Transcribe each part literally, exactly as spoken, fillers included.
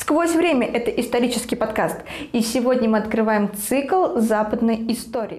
Сквозь время – это исторический подкаст, и сегодня мы открываем цикл западной истории.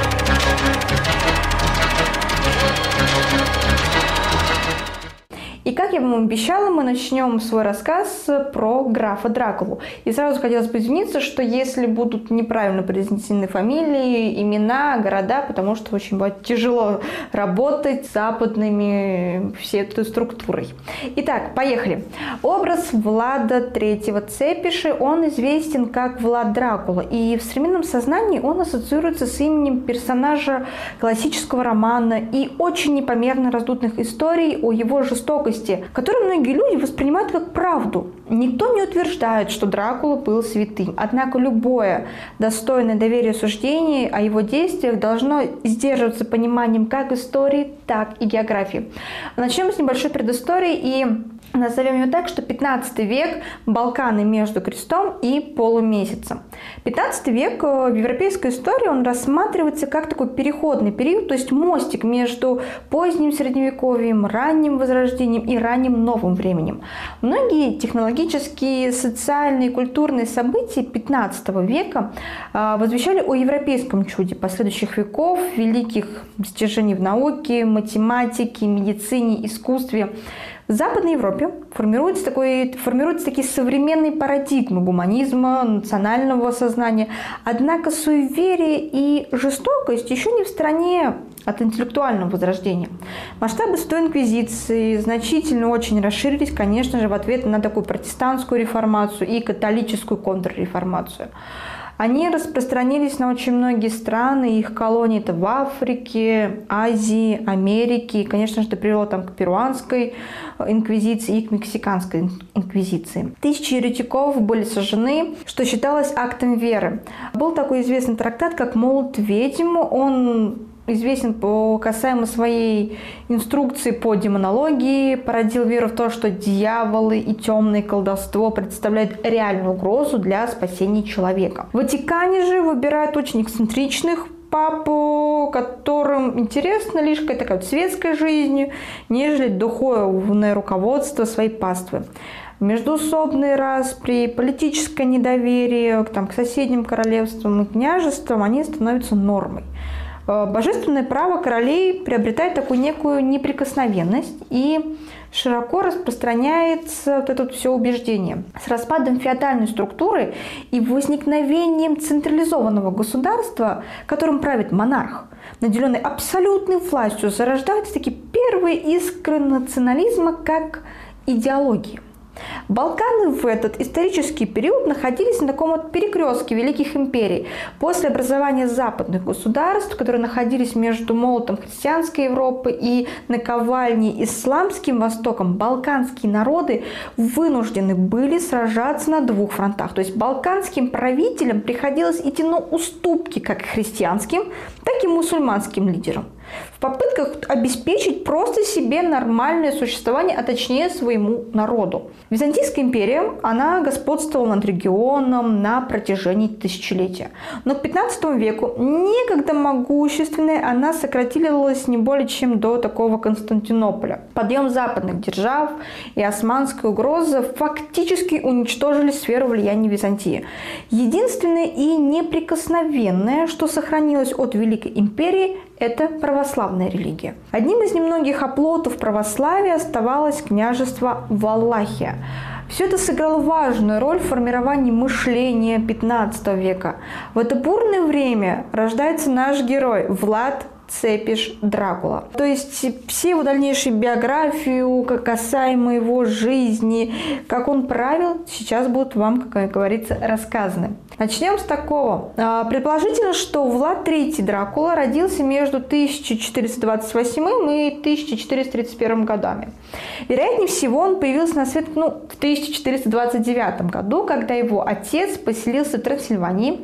И как я вам обещала, мы начнем свой рассказ про графа Дракулу. И сразу хотелось бы извиниться, что если будут неправильно произнесены фамилии, имена, города, потому что очень будет тяжело работать с западными всей этой структурой. Итак, поехали. Образ Влада третьего Цепиши, он известен как Влад Дракула. И в современном сознании он ассоциируется с именем персонажа классического романа и очень непомерно раздутых историй о его жестокости, которые многие люди воспринимают как правду. Никто не утверждает, что Дракула был святым. Однако любое достойное доверия суждение о его действиях должно сдерживаться пониманием как истории, так и географии. Начнем с небольшой предыстории и назовем ее так, что пятнадцатый век – Балканы между крестом и полумесяцем. пятнадцатый век в европейской истории он рассматривается как такой переходный период, то есть мостик между поздним средневековьем, ранним возрождением и ранним новым временем. Многие технологические, социальные, культурные события пятнадцатого века возвещали о европейском чуде последующих веков, великих достижений в науке, математике, медицине, искусстве. В Западной Европе формируются, такой, формируются такие современные парадигмы гуманизма, национального сознания. Однако суеверие и жестокость еще не в стороне от интеллектуального возрождения. Масштабы Святой Инквизиции значительно очень расширились, конечно же, в ответ на такую протестантскую реформацию и католическую контрреформацию. Они распространились на очень многие страны, их колонии это в Африке, Азии, Америке. И, конечно же, это привело там к перуанской инквизиции и к мексиканской инквизиции. Тысячи еретиков были сожжены, что считалось актом веры. Был такой известный трактат, как «Молот ведьм». Он известен по касаемо своей инструкции по демонологии, породил веру в то, что дьяволы и темное колдовство представляют реальную угрозу для спасения человека. В Ватикане же выбирают очень эксцентричных папу, которым интересна лишь какая-то такая светская жизнь, нежели духовное руководство своей паствы. Междоусобные распри, политическое недоверие там, к соседним королевствам и княжествам, они становятся нормой. Божественное право королей приобретает такую некую неприкосновенность и широко распространяется вот это вот все убеждение. С распадом феодальной структуры и возникновением централизованного государства, которым правит монарх, наделенный абсолютной властью, зарождаются такие первые искры национализма как идеологии. Балканы в этот исторический период находились на таком вот перекрестке великих империй. После образования западных государств, которые находились между молотом христианской Европы и наковальней исламским Востоком, балканские народы вынуждены были сражаться на двух фронтах. То есть балканским правителям приходилось идти на уступки как христианским, так и мусульманским лидерам в попытках обеспечить просто себе нормальное существование, а точнее своему народу. Византийская империя, она господствовала над регионом на протяжении тысячелетия. Но к пятнадцатому веку, некогда могущественная, она сократилась не более чем до такого Константинополя. Подъем западных держав и османская угроза фактически уничтожили сферу влияния Византии. Единственное и неприкосновенное, что сохранилось от Великой империи, это православная религия. Одним из немногих оплотов православия оставалось княжество Валахия. Все это сыграло важную роль в формировании мышления пятнадцатого века. В это бурное время рождается наш герой Влад Цепиш Дракула. То есть все его дальнейшие биографию, касаемо его жизни, как он правил, сейчас будут вам, как говорится, рассказаны. Начнем с такого. Предположительно, что Влад третий Дракула родился между тысяча четыреста двадцать восьмым и тысяча четыреста тридцать первым годами. Вероятнее всего, он появился на свет ну, в тысяча четыреста двадцать девятом году, когда его отец поселился в Трансильвании.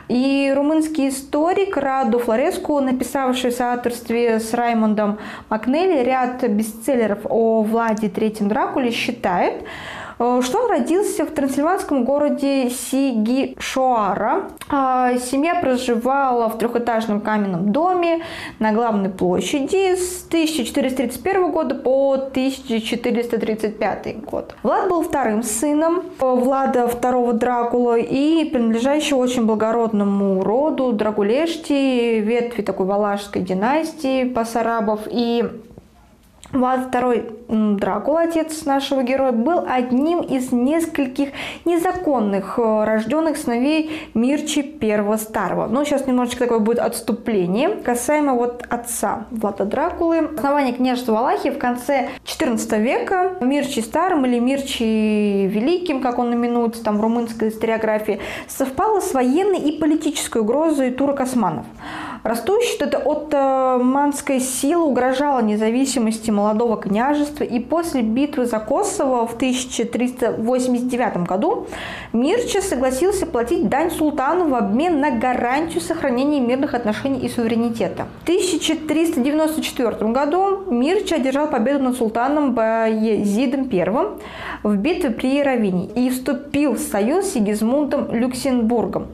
И румынский историк Раду Флореску, написавший в соавторстве с Раймондом Макнелли ряд бестселлеров о Владе третьем Дракуле, считает, что он родился в трансильванском городе Сигишоара. Семья проживала в трехэтажном каменном доме на главной площади с тысяча четыреста тридцать первого года по тысяча четыреста тридцать пятый год. Влад был вторым сыном Влада второго Дракулы и принадлежащего очень благородному роду Драгулешти, ветви такой валашской династии Басарабов. И Влад второй Дракула, отец нашего героя, был одним из нескольких незаконных рожденных сыновей Мирчи первого Старого. Но сейчас немножечко такое будет отступление касаемо вот отца Влада Дракулы. Основание княжества Валахии в конце четырнадцатого века Мирчи Старым или Мирчи Великим, как он именуется там в румынской историографии, совпало с военной и политической угрозой турок-османов. Растущая это оттоманская сила угрожала независимости молодого княжества, и после битвы за Косово в тысяча триста восемьдесят девятом году Мирча согласился платить дань султану в обмен на гарантию сохранения мирных отношений и суверенитета. В тысяча триста девяносто четвёртом году Мирча одержал победу над султаном Баязидом первым в битве при Равине и вступил в союз с Сигизмундом Люксембургом.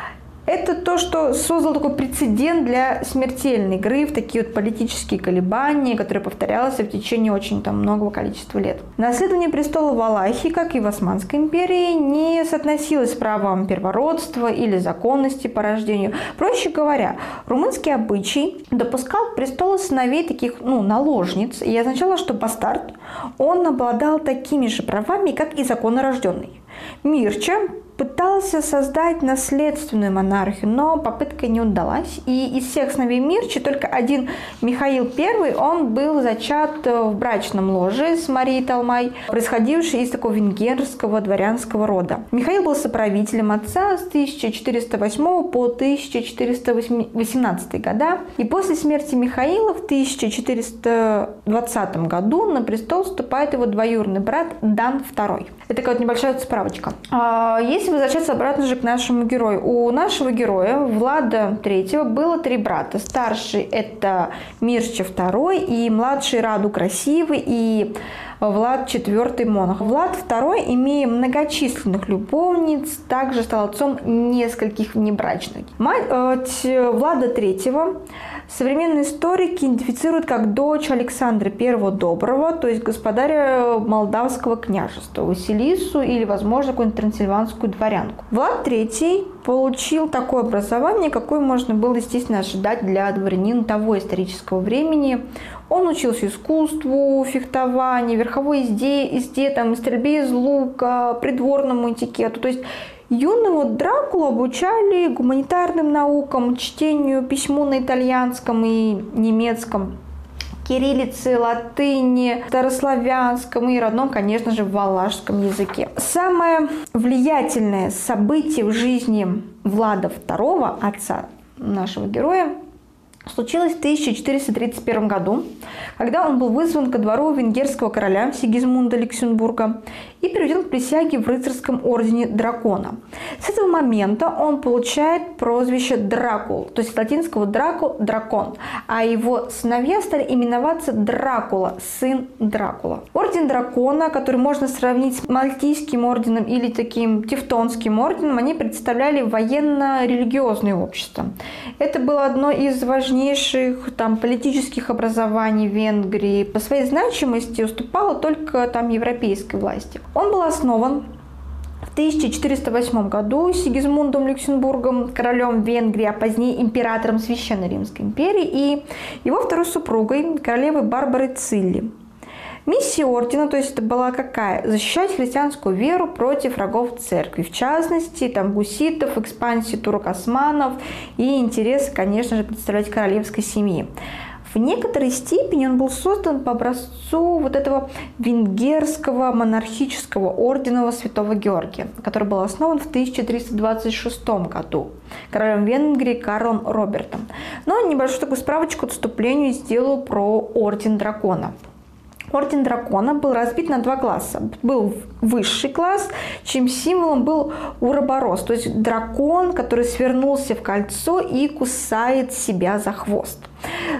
Это то, что создало такой прецедент для смертельной игры в такие вот политические колебания, которые повторялись в течение очень там многого количества лет. Наследование престола Валахии, как и в Османской империи, не соотносилось с правом первородства или законности по рождению. Проще говоря, румынский обычай допускал к престолу сыновей таких, ну, наложниц, и означало, что бастард, он обладал такими же правами, как и законнорожденный. Мирча пытался создать наследственную монархию, но попытка не удалась. И из всех сыновей Мирчи только один Михаил первый, он был зачат в брачном ложе с Марией Талмай, происходившей из такого венгерского дворянского рода. Михаил был соправителем отца с тысяча четыреста восьмого по тысяча четыреста восемнадцатый года. И после смерти Михаила в тысяча четыреста двадцатом году на престол вступает его двоюродный брат Дан второй. Это такая вот небольшая справочка. Если возвращаться обратно же к нашему герою. У нашего героя Влада третьего было три брата. Старший – это Мирча второй, и младший Раду Красивый, и Влад четвёртый Монах. Влад второй, имея многочисленных любовниц, также стал отцом нескольких внебрачных. Мать э, Влада третьего современные историки идентифицируют как дочь Александра первого Доброго, то есть господаря Молдавского княжества, Василису или, возможно, какую-нибудь трансильванскую дворянку. Влад третий получил такое образование, какое можно было, естественно, ожидать для дворянина того исторического времени. Он учился искусству, фехтованию, верховой езде, езде там, стрельбе из лука, придворному этикету. То есть юного Дракулу обучали гуманитарным наукам, чтению, письму на итальянском и немецком, кириллице, латыни, старославянском и родном, конечно же, валашском языке. Самое влиятельное событие в жизни Влада второго, отца нашего героя, случилось в тысяча четыреста тридцать первом году, когда он был вызван ко двору венгерского короля Сигизмунда Люксембурга и приведен к присяге в рыцарском ордене Дракона. С этого момента он получает прозвище Дракул, то есть с латинского Дракул – дракон, а его сыновья стали именоваться Дракула, сын Дракула. Орден Дракона, который можно сравнить с Мальтийским орденом или таким Тевтонским орденом, они представляли военно-религиозное общество. Это было одно из важнейших там, политических образований Венгрии. По своей значимости уступало только там европейской власти. Он был основан в тысяча четыреста восьмом году Сигизмундом Люксембургом, королем Венгрии, а позднее императором Священной Римской империи, и его второй супругой, королевой Барбарой Цилли. Миссия ордена, то есть это была какая? Защищать христианскую веру против врагов церкви, в частности, там, гуситов, экспансии турок-османов и интересы, конечно же, представлять королевской семьи. В некоторой степени он был создан по образцу вот этого венгерского монархического ордена Святого Георгия, который был основан в тысяча триста двадцать шестом году королем Венгрии Карлом Робертом. Но небольшую такую справочку отступлению сделаю про орден Дракона. Орден Дракона был разбит на два класса. Был высший класс, чьим символом был уроборос, то есть дракон, который свернулся в кольцо и кусает себя за хвост.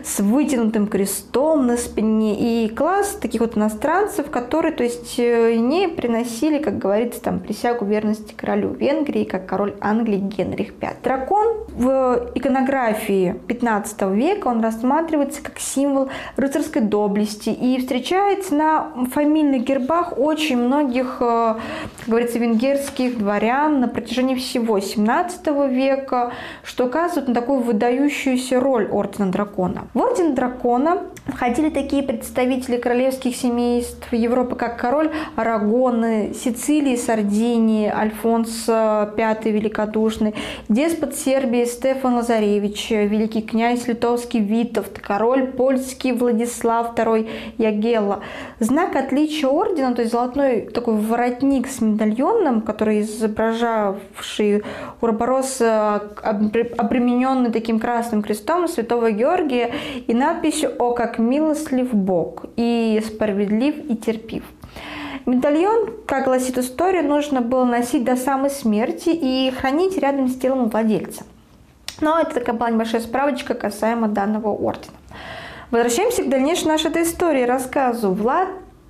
с вытянутым крестом на спине. И класс таких вот иностранцев, которые, то есть, не приносили, как говорится, там, присягу верности королю Венгрии, как король Англии Генрих пятый. Дракон в иконографии пятнадцатого века, он рассматривается как символ рыцарской доблести и встречается на фамильных гербах очень многих, как говорится, венгерских дворян на протяжении всего семнадцатого века, что указывает на такую выдающуюся роль Ордена Дракона. В Орден Дракона входили такие представители королевских семейств Европы, как король Арагоны, Сицилии, Сардинии, Альфонс пятый Великодушный, деспот Сербии Стефан Лазаревич, великий князь литовский Витовт, король польский Владислав второй Ягелла. Знак отличия ордена, то есть золотой такой воротник с медальоном, который изображавший Уроборос, обремененный таким красным крестом святого Георгия, и надписью «О, как милостлив Бог, и справедлив, и терпив». Медальон, как гласит история, нужно было носить до самой смерти и хранить рядом с телом владельца. Но это такая была небольшая справочка касаемо данного ордена. Возвращаемся к дальнейшей нашей этой истории, рассказу. Влад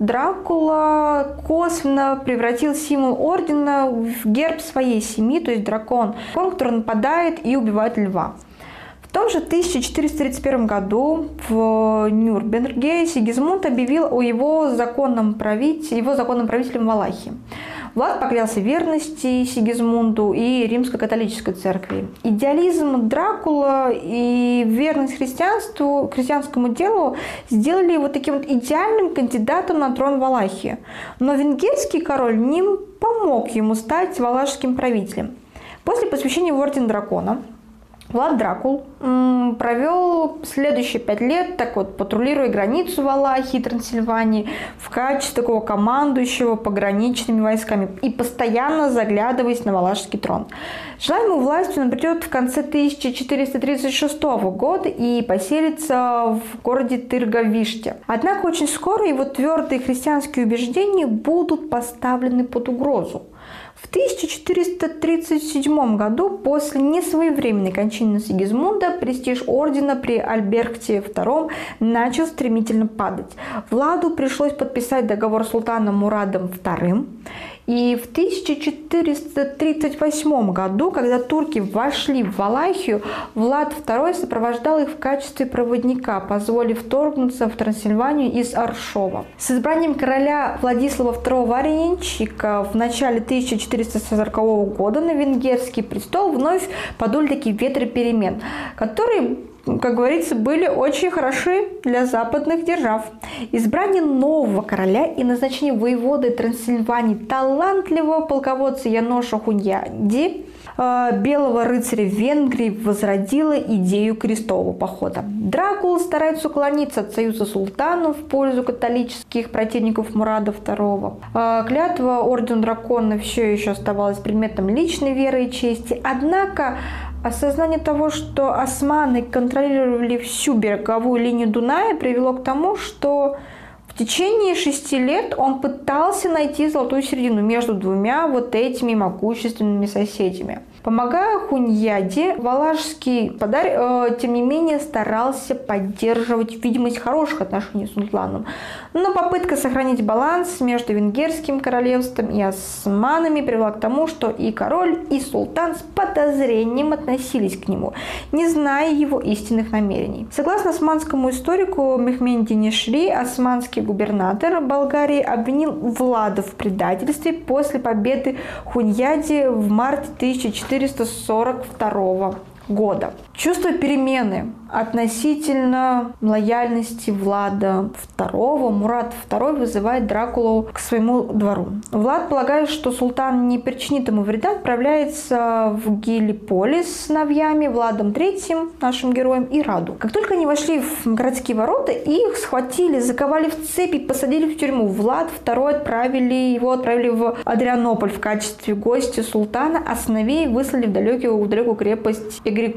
Дракула косвенно превратил символ ордена в герб своей семьи, то есть дракон, который нападает и убивает льва. В том же тысяча четыреста тридцать первом году в Нюрнберге Сигизмунд объявил о его законном правителе, его законным правителем Валахии. Влад поклялся верности Сигизмунду и римско-католической церкви. Идеализм Дракула и верность христианству, христианскому делу сделали его таким вот идеальным кандидатом на трон Валахии. Но венгерский король не помог ему стать валашским правителем. После посвящения в Орден Дракона Влад Дракул м, провел следующие пять лет, так вот, патрулируя границу Валахии и Трансильвании в качестве такого командующего пограничными войсками и постоянно заглядываясь на валашский трон. Желаемую властью он придет в конце тысяча четыреста тридцать шестого года и поселится в городе Тырговиште. Однако очень скоро его твердые христианские убеждения будут поставлены под угрозу. В тысяча четыреста тридцать седьмом году, после несвоевременной кончины Сигизмунда, престиж ордена при Альбрехте втором начал стремительно падать. Владу пришлось подписать договор с султаном Мурадом вторым. И в тысяча четыреста тридцать восьмом году, когда турки вошли в Валахию, Влад второй сопровождал их в качестве проводника, позволив вторгнуться в Трансильванию из Аршова. С избранием короля Владислава второго Варенчика в начале тысяча четыреста сорокового года на венгерский престол вновь подули такие ветры перемен, которые, как говорится, были очень хороши для западных держав. Избрание нового короля и назначение воеводы Трансильвании талантливого полководца Яноша Хуньяди, белого рыцаря Венгрии, возродило идею крестового похода. Дракула старается уклониться от союза султанов в пользу католических противников Мурада второго. Клятва Ордену Дракона все еще оставалась предметом личной веры и чести, однако осознание того, что османы контролировали всю береговую линию Дуная, привело к тому, что в течение шести лет он пытался найти золотую середину между двумя вот этими могущественными соседями. Помогая Хуньяде, Валашский подарь, э, тем не менее, старался поддерживать видимость хороших отношений с султаном. Но попытка сохранить баланс между венгерским королевством и османами привела к тому, что и король, и султан с подозрением относились к нему, не зная его истинных намерений. Согласно османскому историку Мехмеди Нешри, османский губернатор Болгарии обвинил Влада в предательстве после победы Хуньяди в марте тысяча четыреста сорок второго года. Чувство перемены относительно лояльности Влада второго, Мурад второй вызывает Дракулу к своему двору. Влад, полагая, что султан не причинит ему вреда, отправляется в Гелиполис с сыновьями, Владом третьим, нашим героем, и Раду. Как только они вошли в городские ворота, их схватили, заковали в цепи, посадили в тюрьму. Влад второй отправили, его отправили в Адрианополь в качестве гостя султана, а сыновей выслали в далекую, в далекую крепость Эгрикос.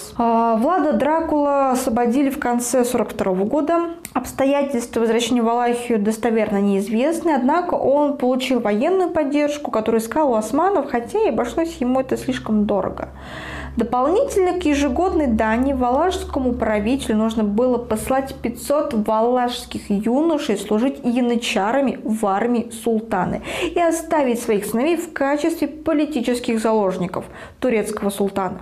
исчез. Влада Дракула освободили в конце сорок второго года. Обстоятельства возвращения в Валахию достоверно неизвестны, однако он получил военную поддержку, которую искал у османов, хотя и обошлось ему это слишком дорого. Дополнительно к ежегодной дани валашскому правителю нужно было послать пятьсот валашских юношей служить янычарами в армии султана и оставить своих сыновей в качестве политических заложников турецкого султана.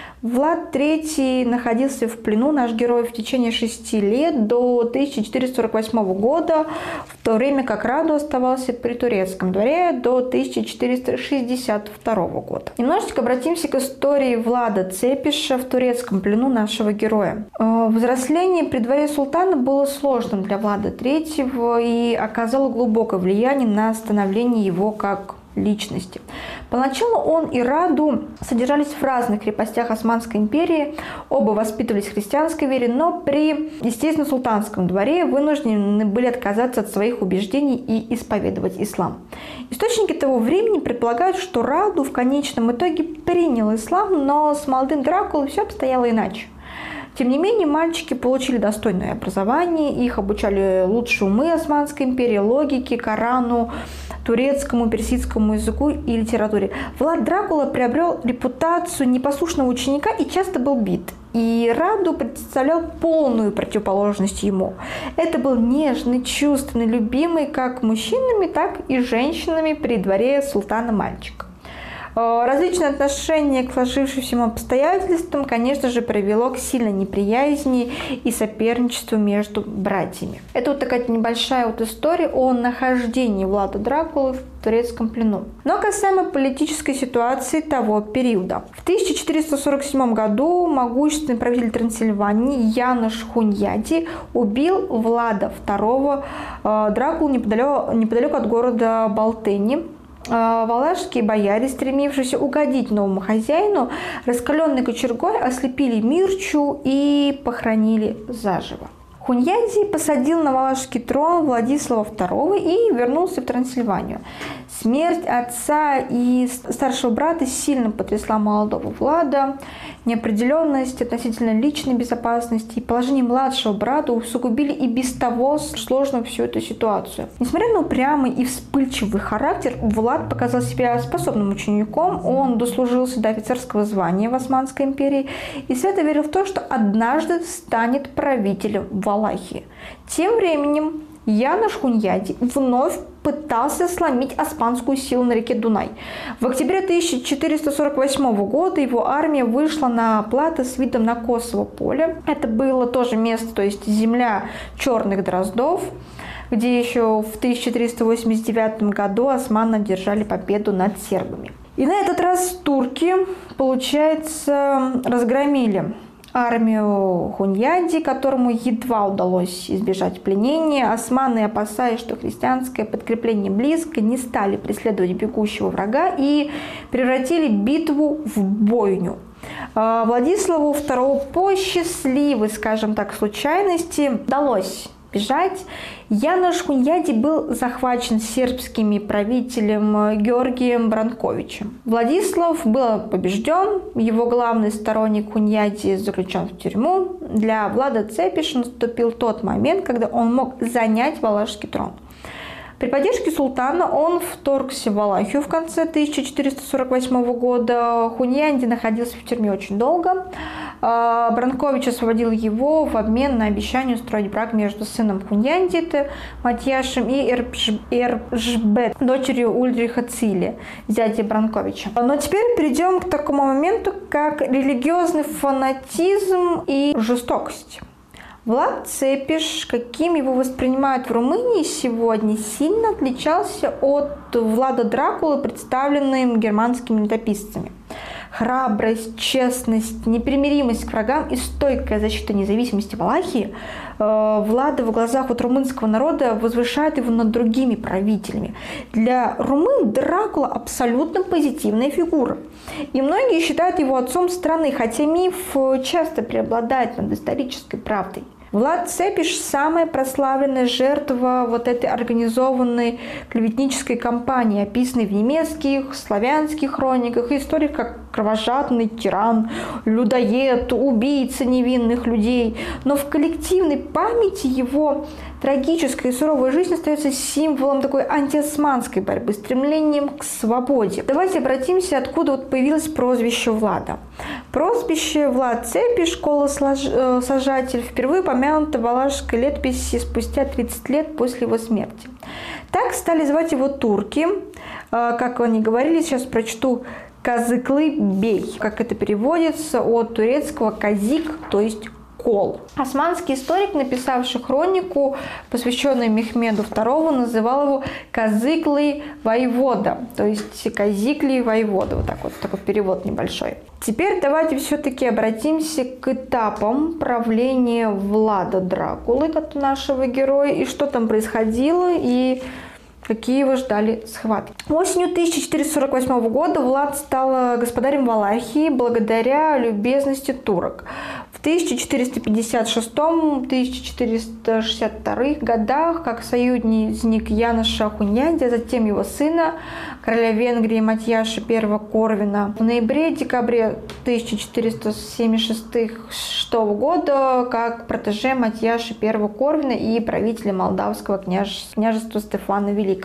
Влад третий находился в плену, наш герой, в течение шести лет до тысяча четыреста сорок восьмого года, в то время как Раду оставался при турецком дворе до тысяча четыреста шестьдесят второго года. Немножечко обратимся к истории Влада Цепиша в турецком плену нашего героя. Взросление при дворе султана было сложным для Влада третьего и оказало глубокое влияние на становление его как личности. Поначалу он и Раду содержались в разных крепостях Османской империи, оба воспитывались в христианской вере, но при, естественно, султанском дворе вынуждены были отказаться от своих убеждений и исповедовать ислам. Источники того времени предполагают, что Раду в конечном итоге принял ислам, но с молодым Дракулой все обстояло иначе. Тем не менее, мальчики получили достойное образование, их обучали лучшие умы Османской империи, логике, Корану, турецкому, персидскому языку и литературе. Влад Дракула приобрел репутацию непослушного ученика и часто был бит. И Раду представлял полную противоположность ему. Это был нежный, чувственный, любимый как мужчинами, так и женщинами при дворе султана мальчик. Различное отношение к сложившимся обстоятельствам, конечно же, привело к сильной неприязни и соперничеству между братьями. Это вот такая небольшая вот история о нахождении Влада Дракулы в турецком плену. Но касаемо политической ситуации того периода. В тысяча четыреста сорок седьмом году могущественный правитель Трансильвании Янош Хуньяди убил Влада второго Дракулу неподалеку, неподалеку от города Балтени. Валашские бояре, стремившиеся угодить новому хозяину, раскаленной кочергой ослепили Мирчу и похоронили заживо. Хуньяди посадил на валашский трон Владислава второго и вернулся в Трансильванию. Смерть отца и старшего брата сильно потрясла молодого Влада. Неопределенность относительно личной безопасности и положение младшего брата усугубили и без того сложную всю эту ситуацию. Несмотря на упрямый и вспыльчивый характер, Влад показал себя способным учеником. Он дослужился до офицерского звания в Османской империи и свято верил в то, что однажды станет правителем Валахии. Тем временем Янош Хуньяди вновь пытался сломить османскую силу на реке Дунай. В октябре тысяча четыреста сорок восьмого года его армия вышла на плато с видом на Косово поле. Это было тоже место, то есть земля черных дроздов, где еще в тысяча четыреста восемьдесят девятом году османы одержали победу над сербами. И на этот раз турки, получается, разгромили армию Хуньяди, которому едва удалось избежать пленения. Османы, опасаясь, что христианское подкрепление близко, не стали преследовать бегущего врага и превратили битву в бойню. Владиславу второму по счастливой, скажем так, случайности удалось бежать. Янош Хуньяди был захвачен сербским правителем Георгием Бранковичем. Владислав был побежден, его главный сторонник Хуньяди заключен в тюрьму. Для Влада Цепиша наступил тот момент, когда он мог занять валашский трон. При поддержке султана он вторгся в Валахию в конце тысяча четыреста сорок восьмого года. Хуньяди находился в тюрьме очень долго. Бранкович освободил его в обмен на обещание устроить брак между сыном Хуньяди, Матьяшем, и Эржбет, дочерью Ульриха Цили, зятя Бранковича. Но теперь перейдем к такому моменту, как религиозный фанатизм и жестокость. Влад Цепиш, каким его воспринимают в Румынии сегодня, сильно отличался от Влада Дракулы, представленным германскими летописцами. Храбрость, честность, непримиримость к врагам и стойкая защита независимости Валахии э, Влада в глазах вот румынского народа возвышает его над другими правителями. Для румын Дракула абсолютно позитивная фигура. И многие считают его отцом страны, хотя миф часто преобладает над исторической правдой. Влад Цепиш – самая прославленная жертва вот этой организованной клеветнической кампании, описанной в немецких, славянских хрониках и историях как кровожадный тиран, людоед, убийца невинных людей. Но в коллективной памяти его трагическая и суровая жизнь остается символом такой антиосманской борьбы, стремлением к свободе. Давайте обратимся, откуда вот появилось прозвище Влада. Прозвище Влад Цепиш, колосажатель, впервые упомянуто в валашской летописи спустя тридцать лет после его смерти. Так стали звать его турки, как они говорили, сейчас прочту, Казыклы бей, как это переводится от турецкого казик, то есть кол. Османский историк, написавший хронику, посвященную Мехмеду второму, называл его Казыклы воевода, то есть Казикли воевода, вот так вот, такой перевод небольшой. Теперь давайте все-таки обратимся к этапам правления Влада Дракулы, как нашего героя, и что там происходило, и какие его ждали схватки. Осенью тысяча четыреста сорок восьмого года Влад стал господарем Валахии благодаря любезности турок. В тысяча четыреста пятьдесят шестом — тысяча четыреста шестьдесят втором годах, как союзник Яноша Хуньяди, а затем его сына, короля Венгрии Матьяша I Корвина, в ноябре-декабре тысяча четыреста семьдесят шестого года как протеже Матьяша I Корвина и правителя молдавского княжества Стефана Великого.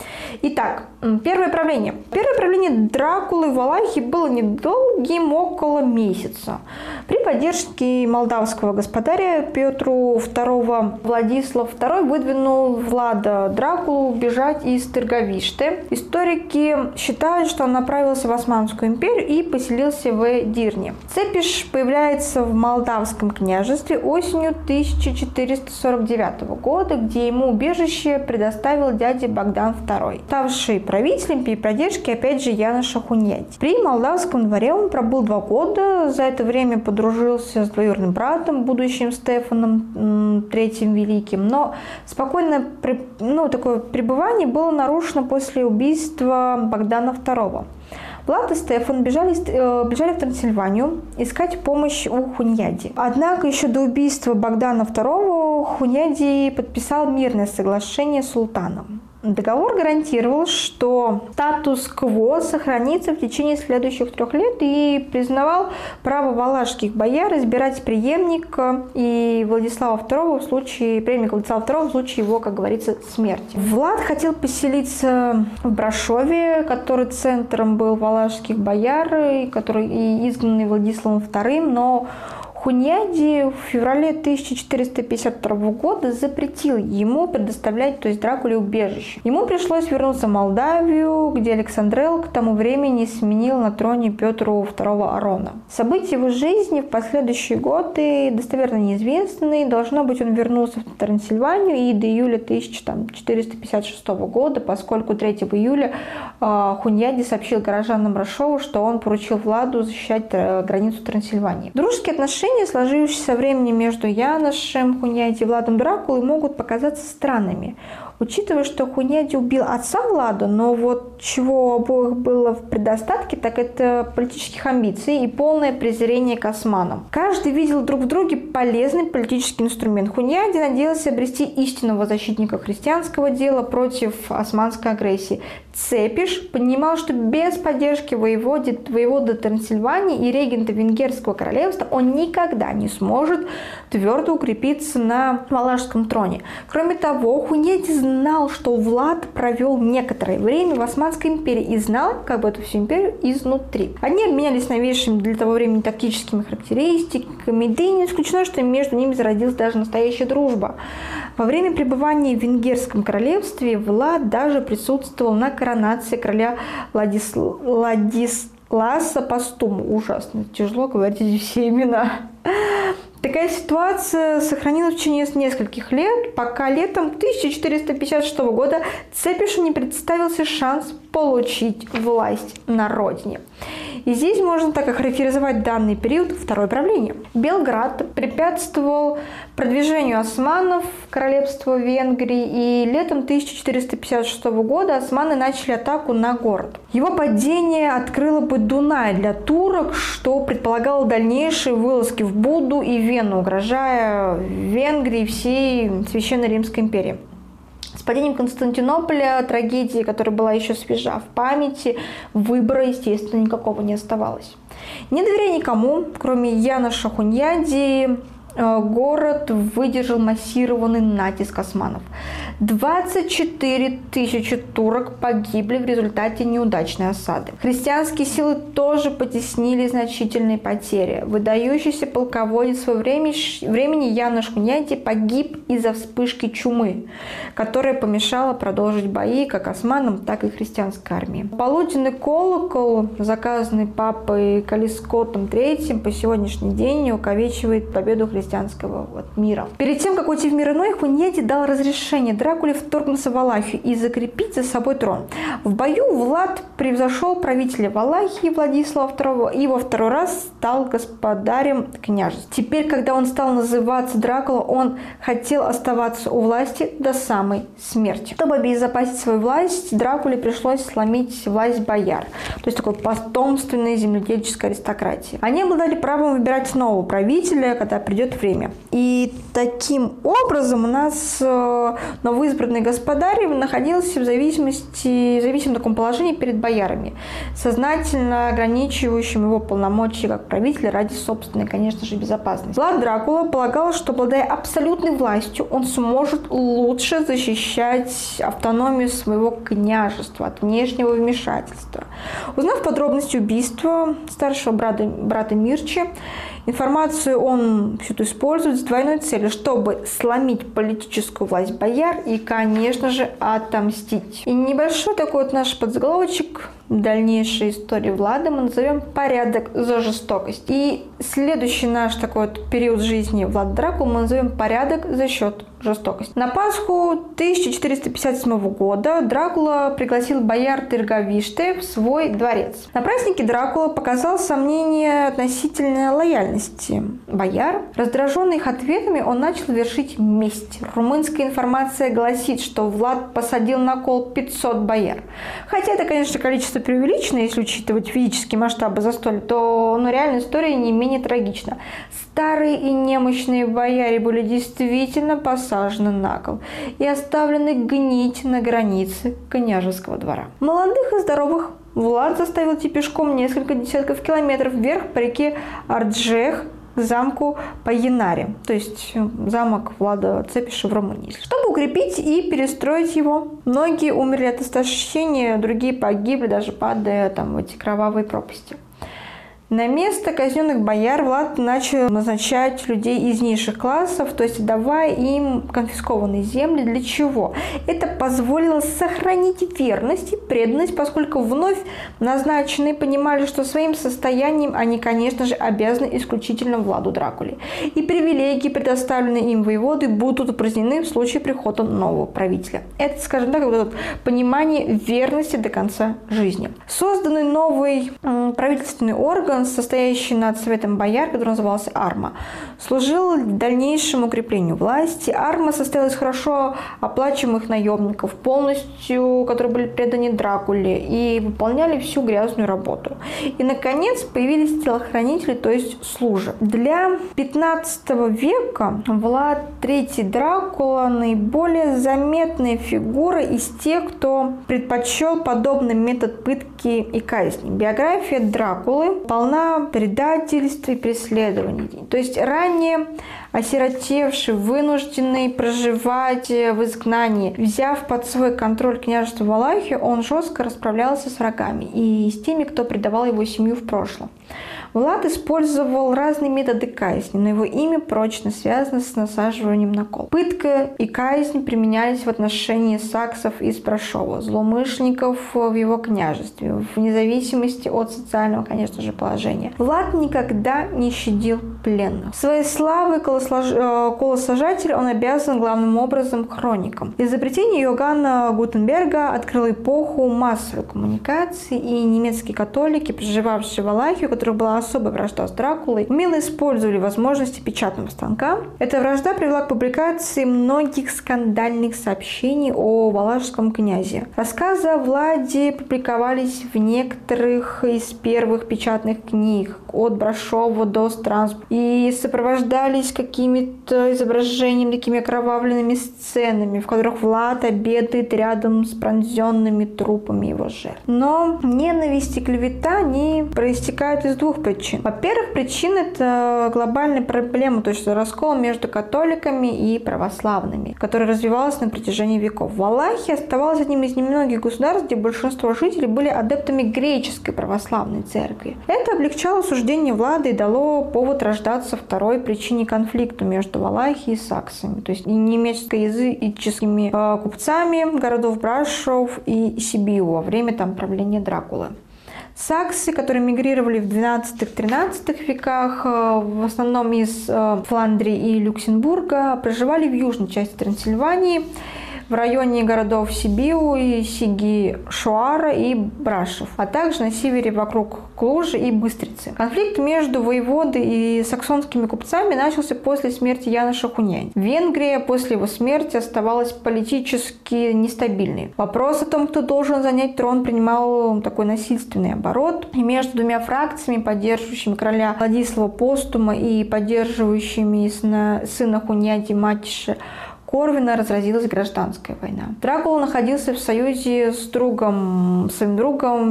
Итак, первое правление. Первое правление Дракулы в Валахии было недолгим, около месяца. При поддержке молдавского господаря Петру второго Владислав второй выдвинул Влада Дракулу бежать из Тырговиште. Историки считают, что он направился в Османскую империю и поселился в Эдирне. Цепиш появляется в Молдавском княжестве осенью тысяча четыреста сорок девятого года, где ему убежище предоставил дядя Богдан второй, ставший правителем при поддержке, опять же, Яноша Хуньяди. При молдавском дворе он пробыл два года. За это время подружился с двоюродным братом, будущим Стефаном третьим Великим. Но спокойное ну, такое пребывание было нарушено после убийства Богдана второго. Влад и Стефан бежали, бежали в Трансильванию искать помощь у Хуньяди. Однако еще до убийства Богдана второго Хуньяди подписал мирное соглашение с султаном. Договор гарантировал, что статус-кво сохранится в течение следующих трех лет и признавал право валашских бояр избирать преемника и Владислава второго в случае, преемника Владислава второго в случае его, как говорится, смерти. Влад хотел поселиться в Брашове, который центром был валашских бояр, и который и изгнанный Владиславом вторым, но Хуньяди в феврале тысяча четыреста пятьдесят второго года запретил ему предоставлять, то есть Дракуле, убежище. Ему пришлось вернуться в Молдавию, где Александрел к тому времени сменил на троне Петру второго Арона. События его жизни в последующие годы достоверно неизвестны. Должно быть, он вернулся в Трансильванию и до июля тысяча четыреста пятьдесят шестого года, поскольку третьего июля э, Хуньяди сообщил горожанам Брашова, что он поручил Владу защищать э, границу Трансильвании. Дружеские отношения, сложившиеся со временем между Яношем Хуньяди и Владом Дракулой, могут показаться странными, учитывая, что Хуньяди убил отца Влада, но вот чего у обоих было в предостатке, так это политических амбиций и полное презрение к османам. Каждый видел друг в друге полезный политический инструмент. Хуньяди надеялся обрести истинного защитника христианского дела против османской агрессии. Цепиш понимал, что без поддержки воеводы, воеводы Трансильвании и регента Венгерского королевства он никогда не сможет твердо укрепиться на валашском троне. Кроме того, Хуньяди знал, что Влад провел некоторое время в Османской империи и знал, как бы, эту всю империю изнутри. Они обменялись новейшими для того времени тактическими характеристиками, да и не исключено, что между ними зародилась даже настоящая дружба. Во время пребывания в Венгерском королевстве Влад даже присутствовал на коронации короля Ладис... Ладисласа Постума. Ужасно, тяжело говорить все имена. Такая ситуация сохранилась в течение нескольких лет, пока летом тысяча четыреста пятьдесят шестого года Цепишу не представился шанс получить власть на родине. И здесь можно так охарактеризовать данный период второе правление. Белград препятствовал продвижению османов в королевство Венгрии, и летом тысяча четыреста пятьдесят шестого года османы начали атаку на город. Его падение открыло бы Дунай для турок, что предполагало дальнейшие вылазки в Буду и Вену, угрожая Венгрии и всей Священной Римской империи. С падением Константинополя, трагедия, которая была еще свежа в памяти, выбора, естественно, никакого не оставалось. Не доверяя никому, кроме Яноша Хуньяди, город выдержал массированный натиск османов. двадцать четыре тысячи турок погибли в результате неудачной осады. Христианские силы тоже потеснили значительные потери. Выдающийся полководец во времени Янош Хуньяди погиб из-за вспышки чумы, которая помешала продолжить бои как османам, так и христианской армии. Полуденный колокол, заказанный папой Калискотом третьим, по сегодняшний день увековечивает победу христианского вот, мира. Перед тем, как уйти в мир иной, Хуньяди дал разрешение Дракуле вторгнуться в Валахию и закрепить за собой трон. В бою Влад превзошел правителя Валахии Владислава второго и во второй раз стал господарем княжества. Теперь, когда он стал называться Дракула, он хотел оставаться у власти до самой смерти. Чтобы обезопасить свою власть, Дракуле пришлось сломить власть бояр, то есть такой потомственной земледельческой аристократии. Они обладали правом выбирать нового правителя, когда придет время. И таким образом у нас новоизбранный господарь находился в зависимости, в зависимом таком положении перед боярами, сознательно ограничивающим его полномочия как правителя ради собственной, конечно же, безопасности. Влад Дракула полагал, что, обладая абсолютной властью, он сможет лучше защищать автономию своего княжества от внешнего вмешательства. Узнав подробности убийства старшего брата, брата Мирчи, информацию он всю эту использует с двойной целью, чтобы сломить политическую власть бояр и, конечно же, отомстить. И небольшой такой вот наш подзаголовочек дальнейшей истории Влада мы назовем «Порядок за жестокость». И следующий наш такой вот период жизни Влада Дракулы мы назовем «Порядок за счет жестокости». На Пасху тысяча четыреста пятьдесят седьмого года Дракула пригласил бояр Тыргавиште в свой дворец. На празднике Дракула показал сомнения относительно лояльности бояр. Раздраженный их ответами, он начал вершить месть. Румынская информация гласит, что Влад посадил на кол пятьсот бояр. Хотя это, конечно, количество преувеличено, если учитывать физические масштабы застолья, то но реальная история не менее трагична. Старые и немощные бояре были действительно посажены на кол и оставлены гнить на границе княжеского двора. Молодых и здоровых Влад заставил идти пешком несколько десятков километров вверх по реке Арджех к замку Паянари, то есть замок Влада Цепиша в Румынии, чтобы укрепить и перестроить его. Многие умерли от истощения, другие погибли, даже падая там, в эти кровавые пропасти. На место казненных бояр Влад начал назначать людей из низших классов, то есть давая им конфискованные земли. Для чего? Это позволило сохранить верность и преданность, поскольку вновь назначенные понимали, что своим состоянием они, конечно же, обязаны исключительно Владу Дракуле. И привилегии, предоставленные им воеводы, будут упразднены в случае прихода нового правителя. Это, скажем так, вот это понимание верности до конца жизни. Созданный новый м, правительственный орган, состоящий над советом бояр, который назывался Арма, служил дальнейшему укреплению власти. Арма состояла из хорошо оплачиваемых наемников, полностью, которые были преданы Дракуле и выполняли всю грязную работу. И, наконец, появились телохранители, то есть служи. Для пятнадцатого века Влад третий Дракула наиболее заметная фигура из тех, кто предпочел подобный метод пытки и казни. Биография Дракулы полна предательств и преследований. То есть ранее осиротевший, вынужденный проживать в изгнании, взяв под свой контроль княжество Валахию, он жестко расправлялся с врагами и с теми, кто предавал его семью в прошлом. Влад использовал разные методы казни, но его имя прочно связано с насаживанием на кол. Пытка и казнь применялись в отношении саксов из Брашова, злоумышленников в его княжестве, вне зависимости от социального, конечно же, положения. положение. Влад никогда не щадил пленных. Своей славой колосложатель он обязан главным образом хроникам. Изобретение Иоганна Гутенберга открыло эпоху массовой коммуникации, и немецкие католики, проживавшие в Валахии, у которых была особая вражда с Дракулой, умело использовали возможности печатного станка. Эта вражда привела к публикации многих скандальных сообщений о валашском князе. Рассказы о Владе публиковались в некоторых из первых печатных книг, от Брашова до Страсбурга, и сопровождались какими-то изображениями, такими окровавленными сценами, в которых Влад обедает рядом с пронзенными трупами его жертв. Но ненависть и клевета, они проистекают из двух причин. Во-первых, причина – это глобальная проблема, то есть раскол между католиками и православными, которая развивалась на протяжении веков. Валахия оставалась одним из немногих государств, где большинство жителей были адептами греческой православной церкви. Это облегчало суждение Влада и дало повод рождаться второй причине конфликта между Валахией и саксами, то есть немецкоязыческими э, купцами городов Брашов и Сибиу во время там правления Дракулы. Саксы, которые мигрировали в двенадцатом-тринадцатом веках, в основном из Фландрии и Люксембурга, проживали в южной части Трансильвании, в районе городов Сибиу, Сиги-Шуара и Брашов, а также на севере вокруг Клужи и Быстрицы. Конфликт между воеводой и саксонскими купцами начался после смерти Яна Шахуняни. Венгрия после его смерти оставалась политически нестабильной. Вопрос о том, кто должен занять трон, принимал такой насильственный оборот. И между двумя фракциями, поддерживающими короля Владислава Постума и поддерживающими сына, сына Хуняди Матиши Корвина, разразилась гражданская война. Дракула находился в союзе с другом, своим другом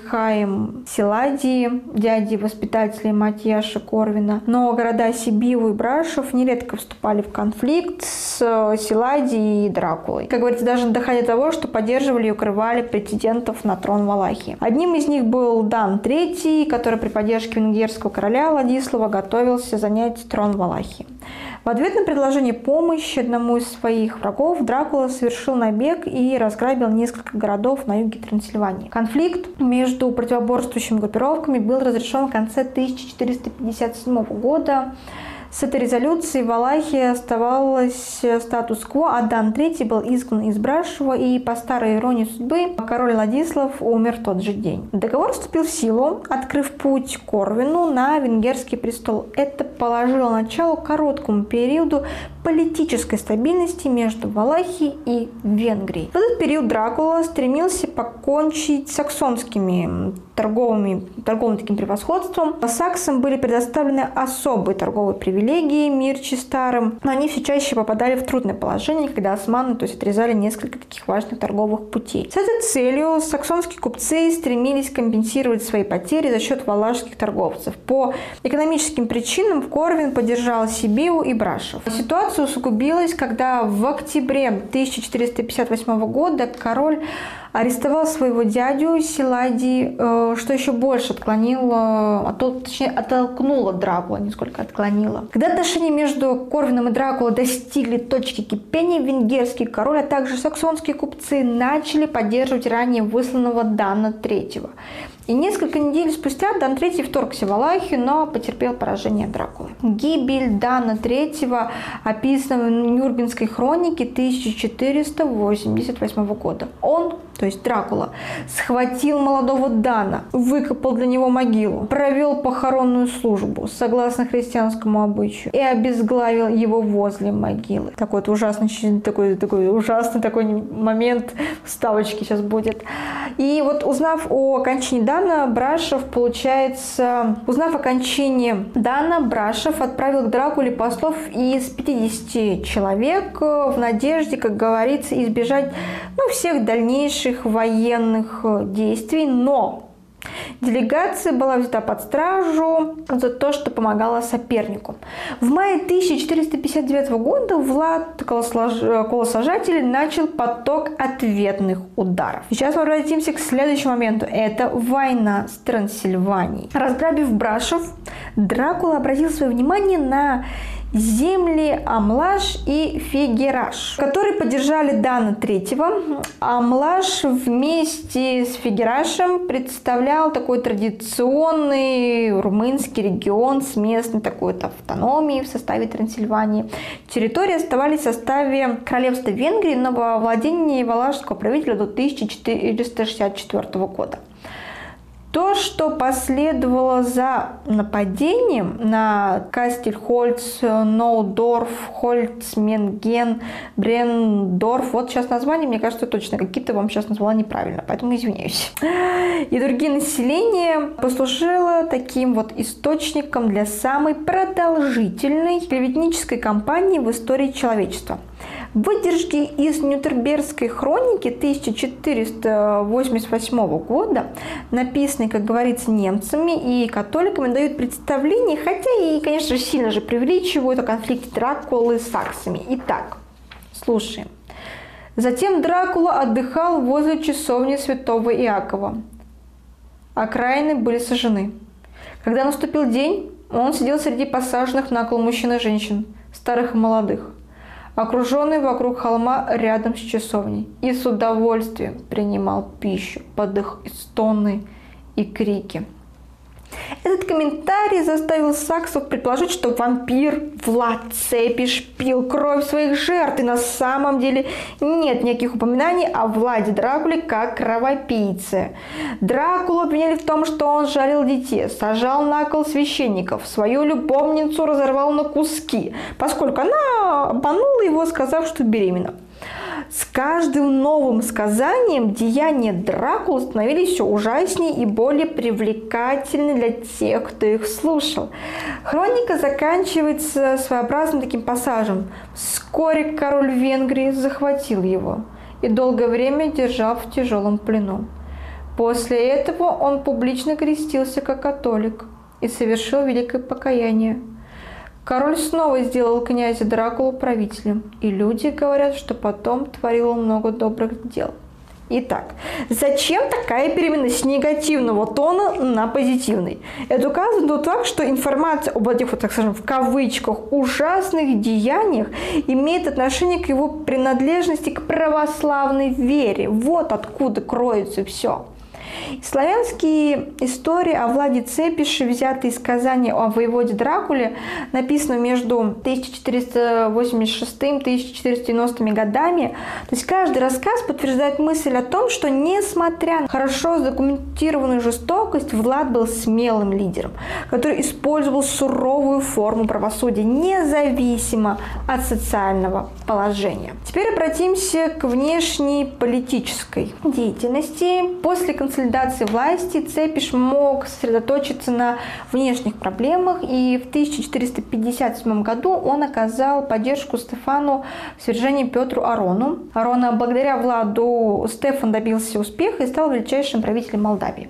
Михаем Силади, дядей воспитателя Матьяша Корвина. Но города Сибиу и Брашов нередко вступали в конфликт с Силади и Дракулой. Как говорится, даже доходя до того, что поддерживали и укрывали претендентов на трон Валахии. Одним из них был Дан третий, который при поддержке венгерского короля Владислава готовился занять трон Валахии. В ответ на предложение помощи одному из своих врагов Дракула совершил набег и разграбил несколько городов на юге Трансильвании. Конфликт между противоборствующими группировками был разрешен в конце тысяча четыреста пятьдесят седьмого года. С этой резолюцией в Валахии оставалось статус-кво, а Дан третий был изгнан из Брашова, и по старой иронии судьбы король Владислав умер в тот же день. Договор вступил в силу, открыв путь Корвину на венгерский престол. Это положило начало короткому периоду политической стабильности между Валахией и Венгрией. В этот период Дракула стремился покончить с саксонскими торговыми, торговым таким превосходством. Саксам были предоставлены особые торговые привилегии, мирчи старым, но они все чаще попадали в трудное положение, когда османы, то есть, отрезали несколько таких важных торговых путей. С этой целью саксонские купцы стремились компенсировать свои потери за счет валашских торговцев. По экономическим причинам Корвин поддержал Сибиу и Брашов. Ситуация усугубилась, когда в октябре тысяча четыреста пятьдесят восьмого года король арестовал своего дядю Силади, что еще больше отклонило, точнее, оттолкнуло Дракулу, не сколько отклонило. Когда отношения между Корвином и Дракулой достигли точки кипения, венгерский король, а также саксонские купцы начали поддерживать ранее высланного Дана третьего. И несколько недель спустя Дан третий вторгся в Валахию, но потерпел поражение от Дракулы. Гибель Дана третьего описана в Нюрнбергской хронике тысяча четыреста восемьдесят восьмого года. Он, то есть Дракула, схватил молодого Дана, выкопал для него могилу, провел похоронную службу согласно христианскому обычаю и обезглавил его возле могилы. Такой вот ужасный, такой, такой ужасный такой момент, вставочки сейчас будет. И вот узнав о кончине Дана, Брашов, получается, узнав о кончине Дана, Брашов отправил к Дракуле послов из пятидесяти человек в надежде, как говорится, избежать ну, всех дальнейших военных действий, но делегация была взята под стражу за то, что помогала сопернику. В мае тысяча четыреста пятьдесят девятого года Влад Колосложатель начал поток ответных ударов. Сейчас мы обратимся к следующему моменту. Это война с Трансильванией. Разграбив Брашов, Дракула обратил свое внимание на земли Амлаш и Фигераш, которые поддержали Дана третьего. Амлаш вместе с Фигерашем представлял такой традиционный румынский регион с местной такой-то автономией в составе Трансильвании. Территории оставались в составе королевства Венгрии, но во владении валашского правителя до тысяча четыреста шестьдесят четвёртого года. То, что последовало за нападением на Кастельхольц, Ноудорф, Хольцменген, Брендорф, вот сейчас названия, мне кажется, точно какие-то вам сейчас назвала неправильно, поэтому извиняюсь. И другие населения послужило таким вот источником для самой продолжительной клеветнической кампании в истории человечества. Выдержки из Нюрнбергской хроники тысяча четыреста восемьдесят восьмого года, написанные, как говорится, немцами и католиками, дают представление, хотя и, конечно же, сильно же преувеличивают, о конфликте Дракулы с саксами. Итак, слушаем. Затем Дракула отдыхал возле часовни святого Иакова. Окраины были сожжены. Когда наступил день, он сидел среди посаженных на кол мужчин и женщин, старых и молодых, окруженный вокруг холма рядом с часовней, и с удовольствием принимал пищу под их стоны и крики. Этот комментарий заставил саксов предположить, что вампир Влад Цепиш пил кровь своих жертв, и на самом деле нет никаких упоминаний о Владе Дракуле как кровопийце. Дракулу обвиняли в том, что он жарил детей, сажал на кол священников, свою любовницу разорвал на куски, поскольку она обманула его, сказав, что беременна. С каждым новым сказанием деяния Дракулы становились все ужаснее и более привлекательны для тех, кто их слушал. Хроника заканчивается своеобразным таким пассажем. Вскоре король Венгрии захватил его и долгое время держал в тяжелом плену. После этого он публично крестился как католик и совершил великое покаяние. Король снова сделал князя Дракулу правителем, и люди говорят, что потом творил он много добрых дел. Итак, зачем такая перемена с негативного тона на позитивный? Это указывает на то, что информация об этих, вот, так скажем, в кавычках, ужасных деяниях имеет отношение к его принадлежности к православной вере. Вот откуда кроется все. Славянские истории о Владе Цепише, взятые из сказания о воеводе Дракуле, написаны между тысяча четыреста восемьдесят шестым и тысяча четыреста девяностыми годами. То есть каждый рассказ подтверждает мысль о том, что несмотря на хорошо задокументированную жестокость, Влад был смелым лидером, который использовал суровую форму правосудия, независимо от социального положения. Теперь обратимся к внешней политической деятельности. После консолидации власти Цепиш мог сосредоточиться на внешних проблемах, и в тысяча четыреста пятьдесят седьмом году он оказал поддержку Стефану в свержении Петру Арону. Арона, благодаря Владу, Стефан добился успеха и стал величайшим правителем Молдавии.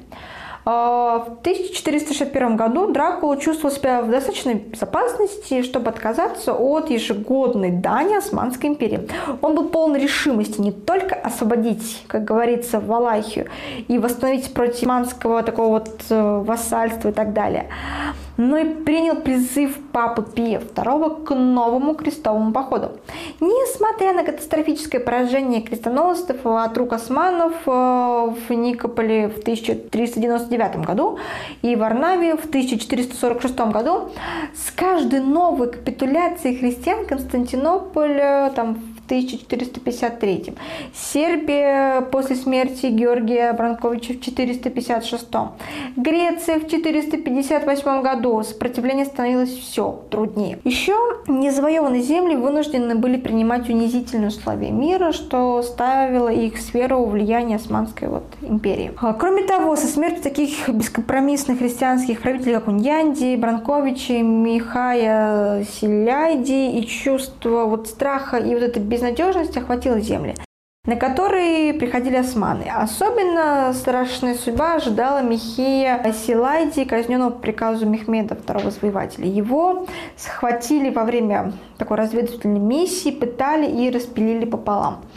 В тысяча четыреста шестьдесят первом году Дракула чувствовал себя в достаточной безопасности, чтобы отказаться от ежегодной дани Османской империи. Он был полон решимости не только освободить, как говорится, Валахию и восстановить против османского такого вот вассальства и так далее, но и принял призыв папы Пия второго к новому крестовому походу. Несмотря на катастрофическое поражение крестоносцев от рук османов в Никополе в тысяча триста девяносто девятом году и в Варнаве в тысяча четыреста сорок шестом году, с каждой новой капитуляцией христиан Константинополь там, в тысяча четыреста пятьдесят третьем, Сербия после смерти Георгия Бранковича в четыреста пятьдесят шестом, Греция в четыреста пятьдесят восьмом году. Сопротивление становилось все труднее. Еще незавоеванные земли вынуждены были принимать унизительные условия мира, что ставило их в сферу влияния Османской вот, империи. Кроме того, со смертью таких бескомпромиссных христианских правителей, как Уньянди, Бранковичи, Михая Селяйди, и чувство вот, страха и вот этой безнадежность охватила земли, на которые приходили османы. Особенно страшная судьба ожидала Михея Силайди, казненного по приказу Мехмеда, второго завоевателя. Его схватили во время такой разведывательной миссии, пытали и распилили пополам.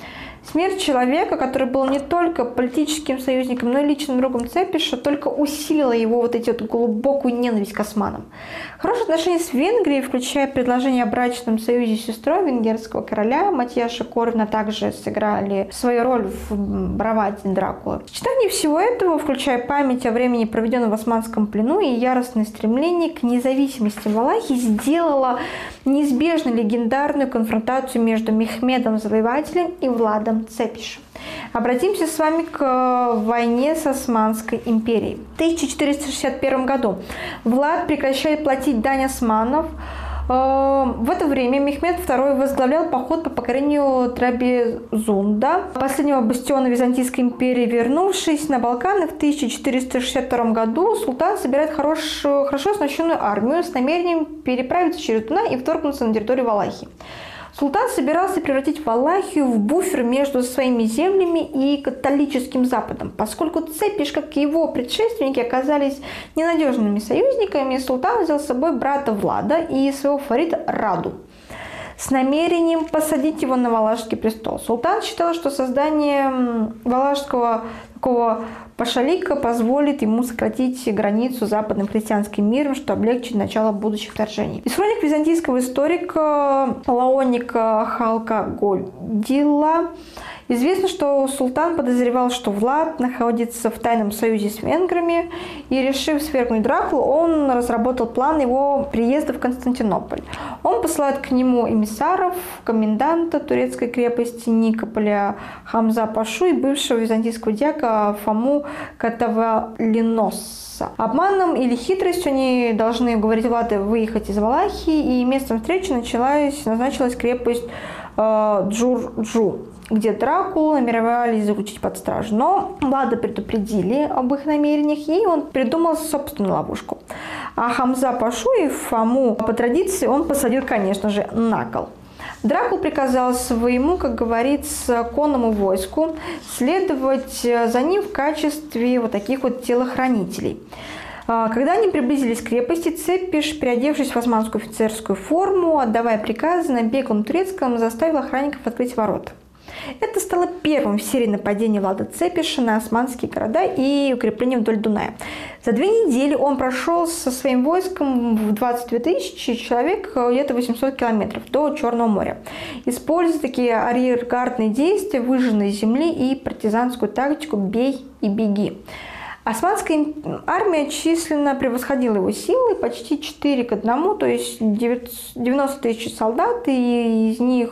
Смерть человека, который был не только политическим союзником, но и личным другом Цепиша, только усилила его вот эти вот глубокую ненависть к османам. Хорошие отношения с Венгрией, включая предложение о брачном союзе с сестрой венгерского короля Матьяша Корвина, также сыграли свою роль в браваде Дракулы. В сочетании всего этого, включая память о времени, проведенном в османском плену, и яростное стремление к независимости Валахии, сделало неизбежно легендарную конфронтацию между Мехмедом Завоевателем и Владом Цепишем. Обратимся с вами к войне с Османской империей. В тысяча четыреста шестьдесят первом году Влад прекращает платить дань османов. В это время Мехмед второй возглавлял поход по покорению Трабезунда, последнего бастиона Византийской империи. Вернувшись на Балканы в тысяча четыреста шестьдесят втором году, султан собирает хорошую, хорошо оснащенную армию с намерением переправиться через Дунай и вторгнуться на территорию Валахии. Султан собирался превратить Валахию в буфер между своими землями и католическим Западом. Поскольку Цепиш, как и его предшественники, оказались ненадежными союзниками, султан взял с собой брата Влада и своего фаворита Раду с намерением посадить его на Валашский престол. Султан считал, что создание валашского такого пашалика позволит ему сократить границу с западным христианским миром, что облегчит начало будущих вторжений. Из хроник византийского историка Лаоника Халкагодила известно, что султан подозревал, что Влад находится в тайном союзе с венграми, и, решив свергнуть Дракулу, он разработал план его приезда в Константинополь. Он посылает к нему эмиссаров, коменданта турецкой крепости Никополя Хамза Пашу и бывшего византийского дьяка Фому Катавалиносса. Обманом или хитростью они должны уговорить Влада выехать из Валахии, и местом встречи началась, назначилась крепость э, Джурджу, где Дракулу намеревались заключить под стражу. Но Влада предупредили об их намерениях, и он придумал собственную ловушку. А Хамза Пашу и Фому по традиции он посадил, конечно же, на кол. Дракул приказал своему, как говорится, конному войску следовать за ним в качестве вот таких вот телохранителей. Когда они приблизились к крепости, Цепиш, переодевшись в османскую офицерскую форму, отдавая приказы на беглом турецком, заставил охранников открыть ворота. Это стало первым в серии нападений Влада Цепиша на османские города и укрепления вдоль Дуная. За две недели он прошел со своим войском в двадцать две тысячи человек, где-то восемьсот километров до Черного моря, используя такие арьергардные действия, выжженной земли и партизанскую тактику «бей и беги». Османская армия численно превосходила его силы почти четыре к одному, то есть девяносто тысяч солдат, и из них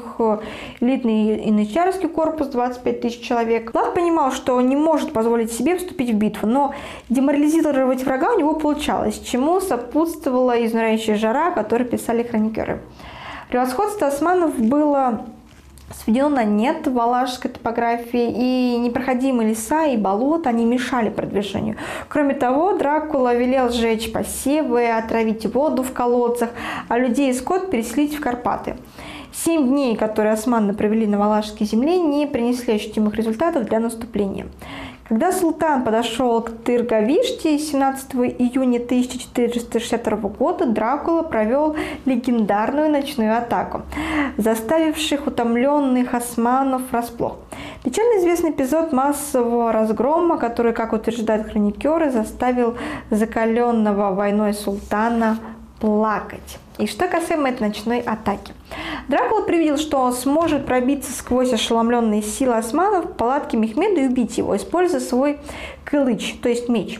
элитный янычарский корпус двадцать пять тысяч человек. Влад понимал, что не может позволить себе вступить в битву, но деморализировать врага у него получалось, чему сопутствовала изнуряющая жара, о которой писали хроникеры. Превосходство османов было сведено на нет в валашской топографии, и непроходимые леса и болота они мешали продвижению. Кроме того, Дракула велел сжечь посевы, отравить воду в колодцах, а людей и скот переселить в Карпаты. Семь дней, которые османы провели на валашской земле, не принесли ощутимых результатов для наступления. Когда султан подошел к Тыргавиште семнадцатого июня тысяча четыреста шестьдесят второго года, Дракула провел легендарную ночную атаку, заставивших утомленных османов врасплох. Печально известный эпизод массового разгрома, который, как утверждают хроникеры, заставил закаленного войной султана плакать. И что касаемо этой ночной атаки. Дракула предвидел, что сможет пробиться сквозь ошеломленные силы османов в палатке Мехмеда и убить его, используя свой кылыч, то есть меч.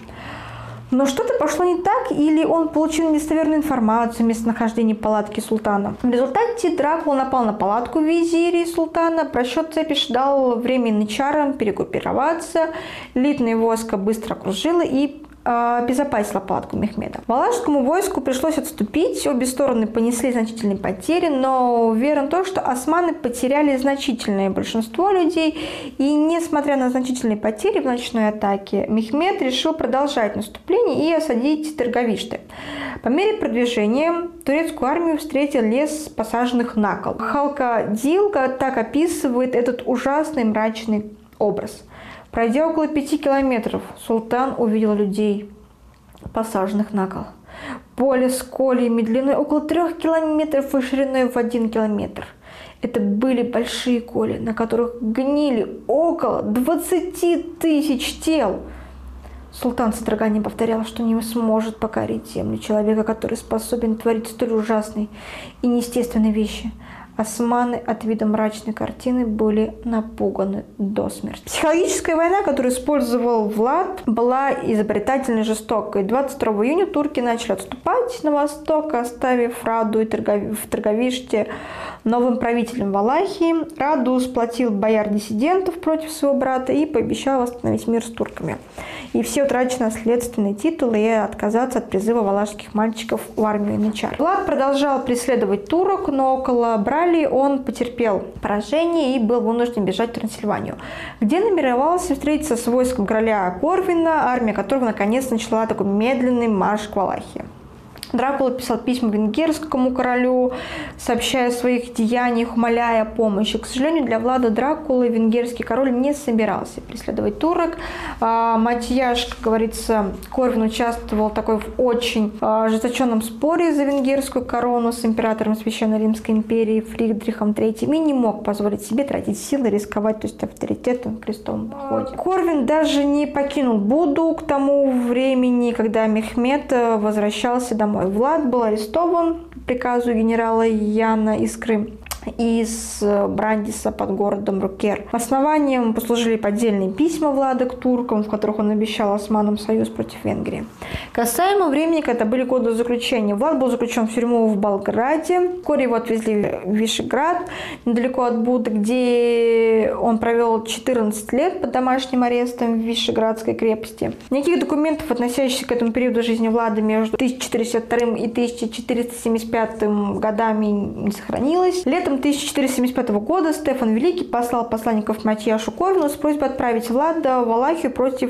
Но что-то пошло не так, или он получил недостоверную информацию о местонахождении палатки султана. В результате Дракула напал на палатку визирей султана, просчет Цепиш дал время янычарам перегруппироваться, элитное войско быстро окружило и обезопасила палатку Мехмеда. Валашскому войску пришлось отступить, обе стороны понесли значительные потери, но уверен в том, что османы потеряли значительное большинство людей, и несмотря на значительные потери в ночной атаке, Мехмед решил продолжать наступление и осадить Тыргавиште. По мере продвижения турецкую армию встретил лес посаженных на кол. Халкадил так описывает этот ужасный мрачный образ. Пройдя около пяти километров, султан увидел людей, посаженных на кол. Поле с кольями длиной около трех километров и шириной в один километр. Это были большие коли, на которых гнили около двадцати тысяч тел. Султан с содроганием повторял, что не сможет покорить землю человека, который способен творить столь ужасные и неестественные вещи. Османы от вида мрачной картины были напуганы до смерти. Психологическая война, которую использовал Влад, была изобретательно жестокой. двадцать второго июня турки начали отступать на восток, оставив Раду в Торговиште новым правителем Валахии. Раду сплотил бояр-диссидентов против своего брата и пообещал восстановить мир с турками. И все утрачены наследственные титулы и отказаться от призыва валашских мальчиков в армию янычар. Влад продолжал преследовать турок, но около Брали он потерпел поражение и был вынужден бежать в Трансильванию, где намеревался встретиться с войском короля Корвина, армия которого наконец начала такой медленный марш к Валахии. Дракула писал письма венгерскому королю, сообщая о своих деяниях, умоляя о помощи. К сожалению, для Влада Дракулы венгерский король не собирался преследовать турок. Матьяш, как говорится, Корвин участвовал такой в очень ожесточенном споре за венгерскую корону с императором Священной Римской империи Фридрихом третьим и не мог позволить себе тратить силы, рисковать, то есть авторитетом в крестовом походе. Корвин даже не покинул Буду к тому времени, когда Мехмед возвращался домой. Влад был арестован по приказу генерала Яна Искры из Брандиса под городом Рукер. Основанием послужили поддельные письма Влада к туркам, в которых он обещал османам союз против Венгрии. Касаемо времени, когда были годы заключения, Влад был заключен в тюрьму в Болграде. Вскоре его отвезли в Вишеград, недалеко от Буды, где он провел четырнадцать лет под домашним арестом в Вишеградской крепости. Никаких документов, относящихся к этому периоду жизни Влада между тысяча четыреста шестьдесят вторым и тысяча четыреста семьдесят пятым годами не сохранилось. Летом тысяча четыреста семьдесят пятого года Стефан Великий послал посланников Матьяшу Корвину с просьбой отправить Влада в Валахию против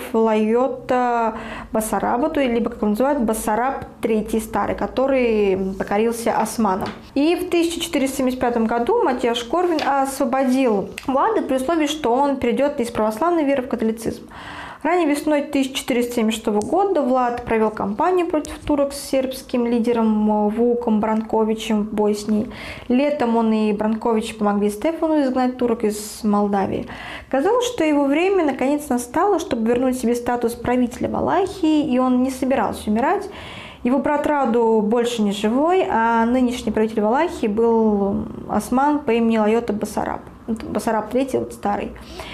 Лайота Басараба, то либо, как его называют, Басараб третий Старый, который покорился османам. И в тысяча четыреста семьдесят пятом году Матьяш Корвин освободил Влада при условии, что он перейдет из православной веры в католицизм. Ранее весной тысяча четыреста семьдесят шестого года Влад провел кампанию против турок с сербским лидером Вуком Бранковичем в Боснии. Летом он и Бранкович помогли Стефану изгнать турок из Молдавии. Казалось, что его время наконец настало, чтобы вернуть себе статус правителя Валахии, и он не собирался умирать. Его брат Раду больше не живой, а нынешний правитель Валахии был осман по имени Лайота Басараб. Басараб третий, вот старый.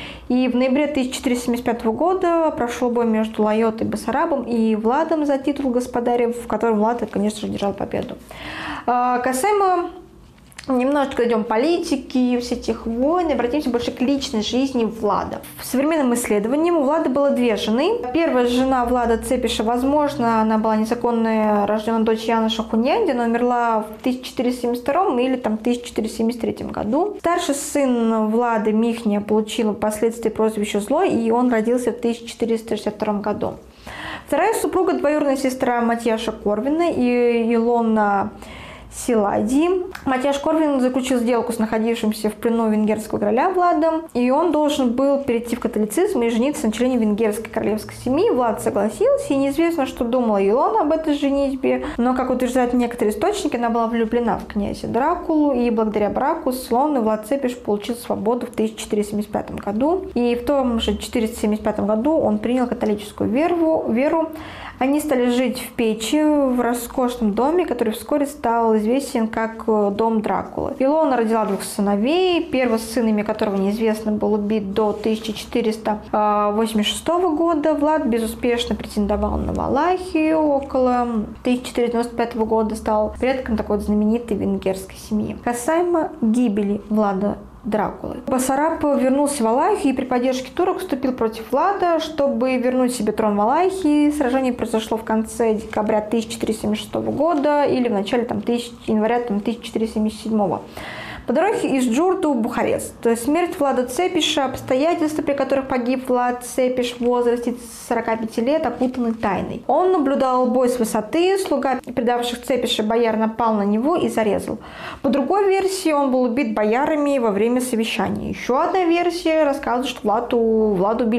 И в ноябре тысяча четыреста семьдесят пятого года прошел бой между Лайотой Басарабом и Владом за титул господаря, в котором Влад, конечно же, держал победу. Касаемо немножечко идем политики, всех этих войн, обратимся больше к личной жизни Влада. В современном исследовании у Влада было две жены. Первая жена Влада Цепиша, возможно, она была незаконно рожденная дочь Яна Шахуньянди, но умерла в тысяча четыреста семьдесят втором или там, тысяча четыреста семьдесят третьем году. Старший сын Влада Михния получил впоследствии прозвище Злой, и он родился в тысяча четыреста шестьдесят втором году. Вторая супруга, двоюродная сестра Матьяша Корвина и Илона Силади. Матьяш Корвин заключил сделку с находившимся в плену венгерского короля Владом, и он должен был перейти в католицизм и жениться на члене венгерской королевской семьи. Влад согласился, и неизвестно, что думала Илона об этой женитьбе, но, как утверждают некоторые источники, она была влюблена в князя Дракулу, и благодаря браку с Илоной Влад Цепиш получил свободу в тысяча четыреста семьдесят пятом году, и в том же четыреста семьдесят пятом году он принял католическую веру. веру. Они стали жить в Печи, в роскошном доме, который вскоре стал известен как дом Дракулы. Илона родила двух сыновей, первый сын, имя которого неизвестно, был убит до тысяча четыреста восемьдесят шестого года. Влад безуспешно претендовал на Валахию, около тысяча четыреста девяносто пятого года стал предком такой вот знаменитой венгерской семьи. Касаемо гибели Влада Дракулы. Басараб вернулся в Валахию и при поддержке турок вступил против Влада, чтобы вернуть себе трон Валахии. Сражение произошло в конце декабря тысяча четыреста семьдесят шестого года или в начале там, января там, тысяча четыреста семьдесят седьмого. По дороге из Джурду в Бухарест. Смерть Влада Цепиша, обстоятельства, при которых погиб Влад Цепиш в возрасте сорока пяти лет, окутаны тайной. Он наблюдал бой с высоты, слуга предавших Цепиша бояр напал на него и зарезал. По другой версии, он был убит боярами во время совещания. Еще одна версия рассказывает, что Владу, Владу убили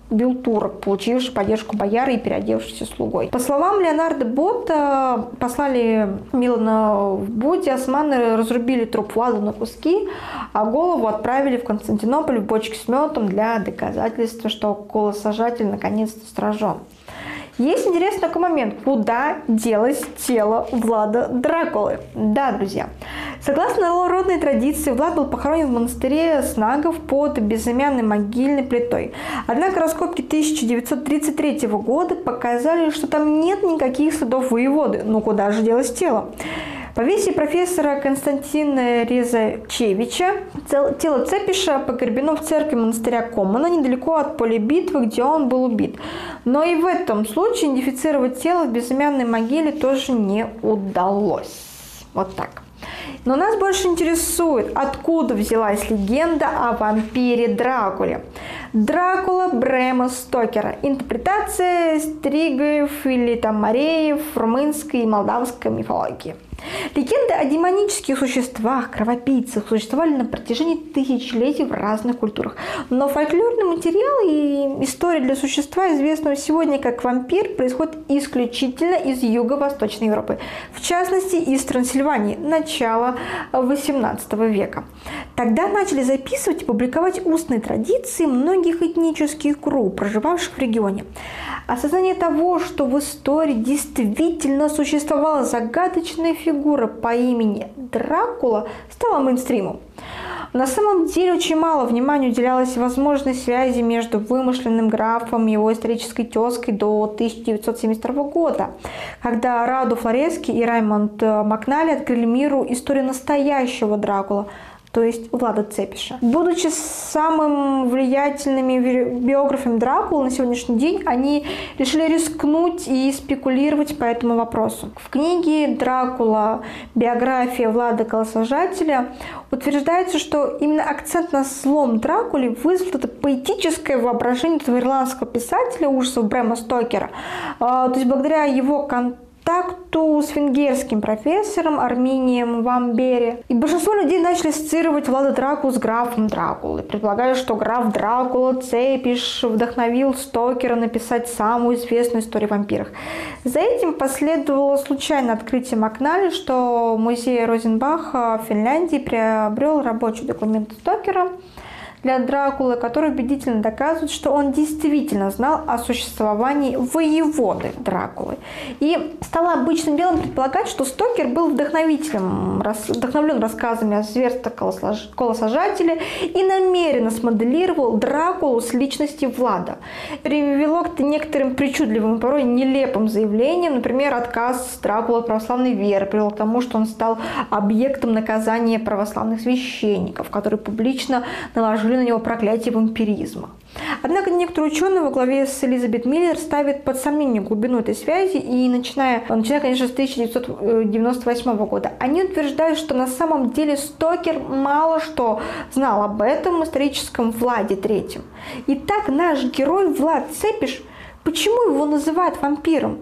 бил турок, получивший поддержку бояр и переодевшийся слугой. По словам Леонардо Ботта, послали Милана в Буди, османы разрубили труп Влада на куски, а голову отправили в Константинополь в бочке с медом для доказательства, что колосажатель наконец-то сражен. Есть интересный такой момент. Куда делось тело Влада Дракулы? Да, друзья. Согласно народной традиции, Влад был похоронен в монастыре Снагов под безымянной могильной плитой. Однако раскопки тысяча девятьсот тридцать третьего года показали, что там нет никаких следов воеводы. Ну куда же делось тело? По версии профессора Константина Резачевича, тело Цепиша погребено в церкви монастыря Коммона, недалеко от поля битвы, где он был убит. Но и в этом случае идентифицировать тело в безымянной могиле тоже не удалось. Вот так. Но нас больше интересует, откуда взялась легенда о вампире Дракуле. Дракула Брэма Стокера. Интерпретация стригоев или там мореев в румынской и молдавской мифологии. Легенды о демонических существах, кровопийцах существовали на протяжении тысячелетий в разных культурах. Но фольклорный материал и история для существа, известного сегодня как вампир, происходит исключительно из Юго-Восточной Европы. В частности, из Трансильвании, начала восемнадцатого века. Тогда начали записывать и публиковать устные традиции многих этнических групп, проживавших в регионе. Осознание того, что в истории действительно существовала загадочная фигура по имени Дракула, стало мейнстримом. На самом деле очень мало внимания уделялось возможной связи между вымышленным графом и его исторической тезкой до тысяча девятьсот семьдесят второго года, когда Раду Флорески и Раймонд Макнали открыли миру историю настоящего Дракула, то есть Влада Цепиша. Будучи самым влиятельными биографами Дракулы на сегодняшний день, они решили рискнуть и спекулировать по этому вопросу. В книге «Дракула. Биография Влада Колосажателя» утверждается, что именно акцент на злом Дракуле вызвал это поэтическое воображение этого ирландского писателя ужасов Брэма Стокера. То есть благодаря его контакту контакту с венгерским профессором Арминием Вамбери. И большинство людей начали ассоциировать Влада Дракулу с графом Дракулы, предполагая, что граф Дракула Цепиш вдохновил Стокера написать самую известную историю о вампирах. За этим последовало случайное открытие Макнали, что музей Розенбаха в Финляндии приобрел рабочий документ Стокера для Дракулы, который убедительно доказывает, что он действительно знал о существовании воеводы Дракулы. И стало обычным делом предполагать, что Стокер был вдохновителем, вдохновлен рассказами о зверствах колосажателя и намеренно смоделировал Дракулу с личности Влада. Привело к некоторым причудливым, порой нелепым заявлениям, например, отказ Дракулы от православной веры привел к тому, что он стал объектом наказания православных священников, которые публично наложили на него проклятие вампиризма. Однако некоторые ученые во главе с Элизабет Миллер ставят под сомнение глубину этой связи, и начиная, начиная, конечно, с тысяча девятьсот девяносто восьмого года, они утверждают, что на самом деле Стокер мало что знал об этом историческом Владе Третьем. Итак, наш герой Влад Цепиш, почему его называют вампиром?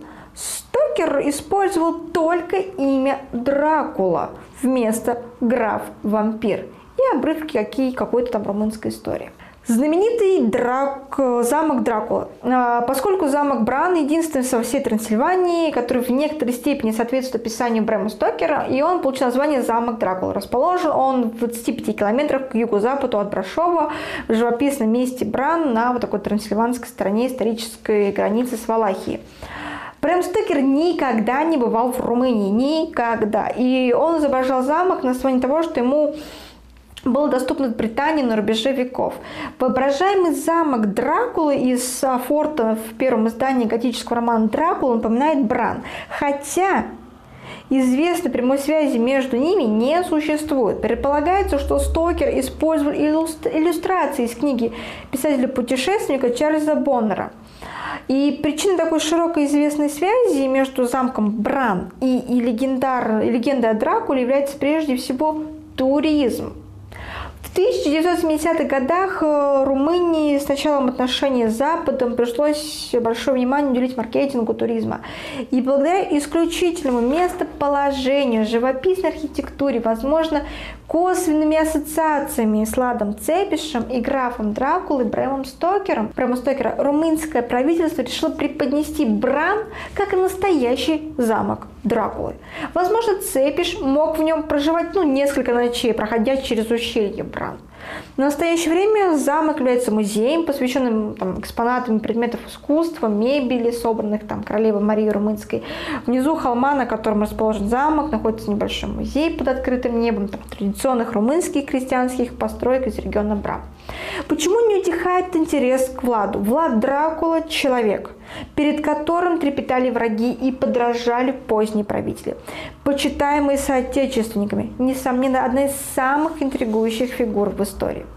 Стокер использовал только имя Дракула вместо граф-вампир и обрывки какие, какой-то там румынской истории. Знаменитый драк... замок Дракула. Поскольку замок Бран единственный во всей Трансильвании, который в некоторой степени соответствует описанию Брэма Стокера, и он получил название замок Дракула. Расположен он в двадцати пяти километрах к юго-западу от Брашова, в живописном месте Бран на вот такой трансильванской стороне исторической границы с Валахией. Брэм Стокер никогда не бывал в Румынии, никогда. И он изображал замок на основании того, что ему было доступно в Британии на рубеже веков. Воображаемый замок Дракулы из форта в первом издании готического романа «Дракула» напоминает Бран, хотя известной прямой связи между ними не существует. Предполагается, что Стокер использовал иллюстрации из книги писателя-путешественника Чарльза Боннера. И причиной такой широкой известной связи между замком Бран и, и, легендар, и легендой о Дракуле является прежде всего туризм. В В тысяча девятьсот семидесятых годах Румынии с началом отношений с Западом пришлось большое внимание уделить маркетингу туризма. И благодаря исключительному местоположению, живописной архитектуре, возможно, косвенными ассоциациями с Владом Цепишем и графом Дракулой Бремом Стокером, Брема Стокера, румынское правительство решило преподнести Бран как и настоящий замок Дракулы. Возможно, Цепиш мог в нем проживать ну, несколько ночей, проходя через ущелье Бран. В настоящее время замок является музеем, посвященным там, экспонатам предметов искусства, мебели, собранных там королевой Марией Румынской. Внизу холма, на котором расположен замок, находится небольшой музей под открытым небом там, традиционных румынских крестьянских построек из региона Бра. Почему не утихает интерес к Владу? Влад Дракула – человек, перед которым трепетали враги и подражали поздние правители. Почитаемый соотечественниками, несомненно, одна из самых интригующих фигур в истории.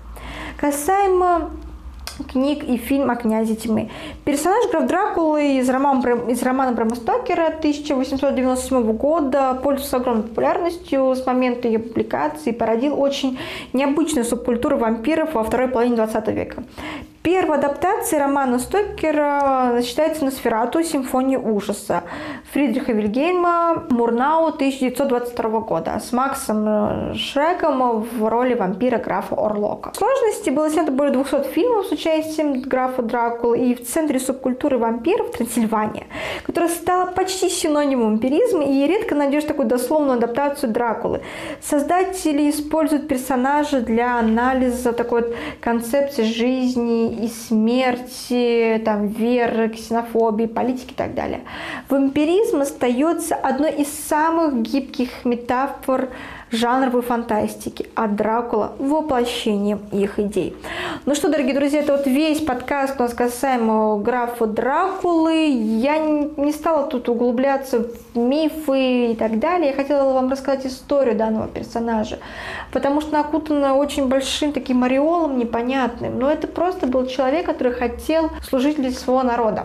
Касаемо книг и фильм о князе тьмы. Персонаж граф Дракулы из романа, из романа Брема Стокера тысяча восемьсот девяносто седьмого года пользуется огромной популярностью с момента ее публикации и породил очень необычную субкультуру вампиров во второй половине двадцатого века. Первой адаптацией романа Стокера считается «Носферату. Симфония ужаса» Фридриха Вильгельма Мурнау тысяча девятьсот двадцать второго года с Максом Шреком в роли вампира графа Орлока. В сложности было снято более двухсот фильмов с участием графа Дракулы, и в центре субкультуры вампиров Трансильвания, которая стала почти синонимом вампиризма, и редко найдешь такую дословную адаптацию Дракулы. Создатели используют персонажа для анализа такой вот концепции жизни и смерти, там, веры, ксенофобии, политики и так далее. Вампиризм остается одной из самых гибких метафор жанровой фантастики, а Дракула – воплощением их идей. Ну что, дорогие друзья, это вот весь подкаст у нас касаемо графа Дракулы. Я не стала тут углубляться в мифы и так далее. Я хотела вам рассказать историю данного персонажа, потому что она окутана очень большим таким ореолом непонятным. Но это просто был человек, который хотел служить для своего народа.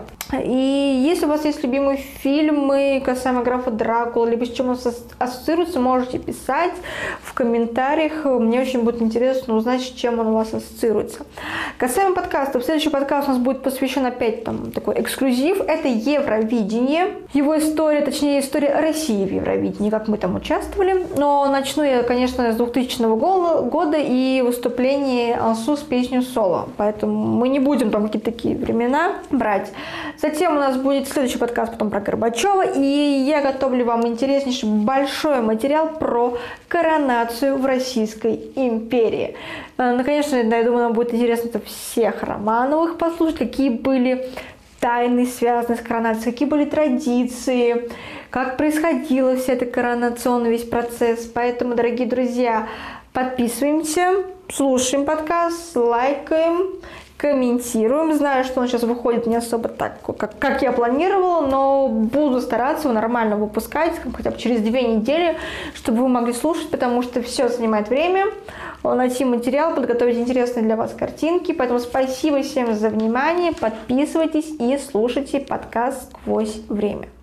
И если у вас есть любимые фильмы касаемо графа Дракулы, либо с чем он ассоциируется, можете писать в комментариях. Мне очень будет интересно узнать, с чем он у вас ассоциируется. Касаемо подкастов, следующий подкаст у нас будет посвящен опять там такой эксклюзив. Это Евровидение. Его история, точнее история России в Евровидении, как мы там участвовали. Но начну я, конечно, с двухтысячного года и выступление Алсу с песней «Соло». Поэтому мы не будем там какие-то такие времена брать. Затем у нас будет следующий подкаст потом про Горбачева. И я готовлю вам интереснейший большой материал про коронацию в Российской империи. Ну, конечно, я думаю, нам будет интересно это всех Романовых послушать, какие были тайны, связанные с коронацией, какие были традиции, как происходила вся эта коронационный весь процесс. Поэтому, дорогие друзья, подписываемся, слушаем подкаст, лайкаем, комментируем. Знаю, что он сейчас выходит не особо так, как, как я планировала, но буду стараться его нормально выпускать, хотя бы через две недели, чтобы вы могли слушать, потому что все занимает время. Найти материал, подготовить интересные для вас картинки. Поэтому спасибо всем за внимание. Подписывайтесь и слушайте подкаст «Сквозь время».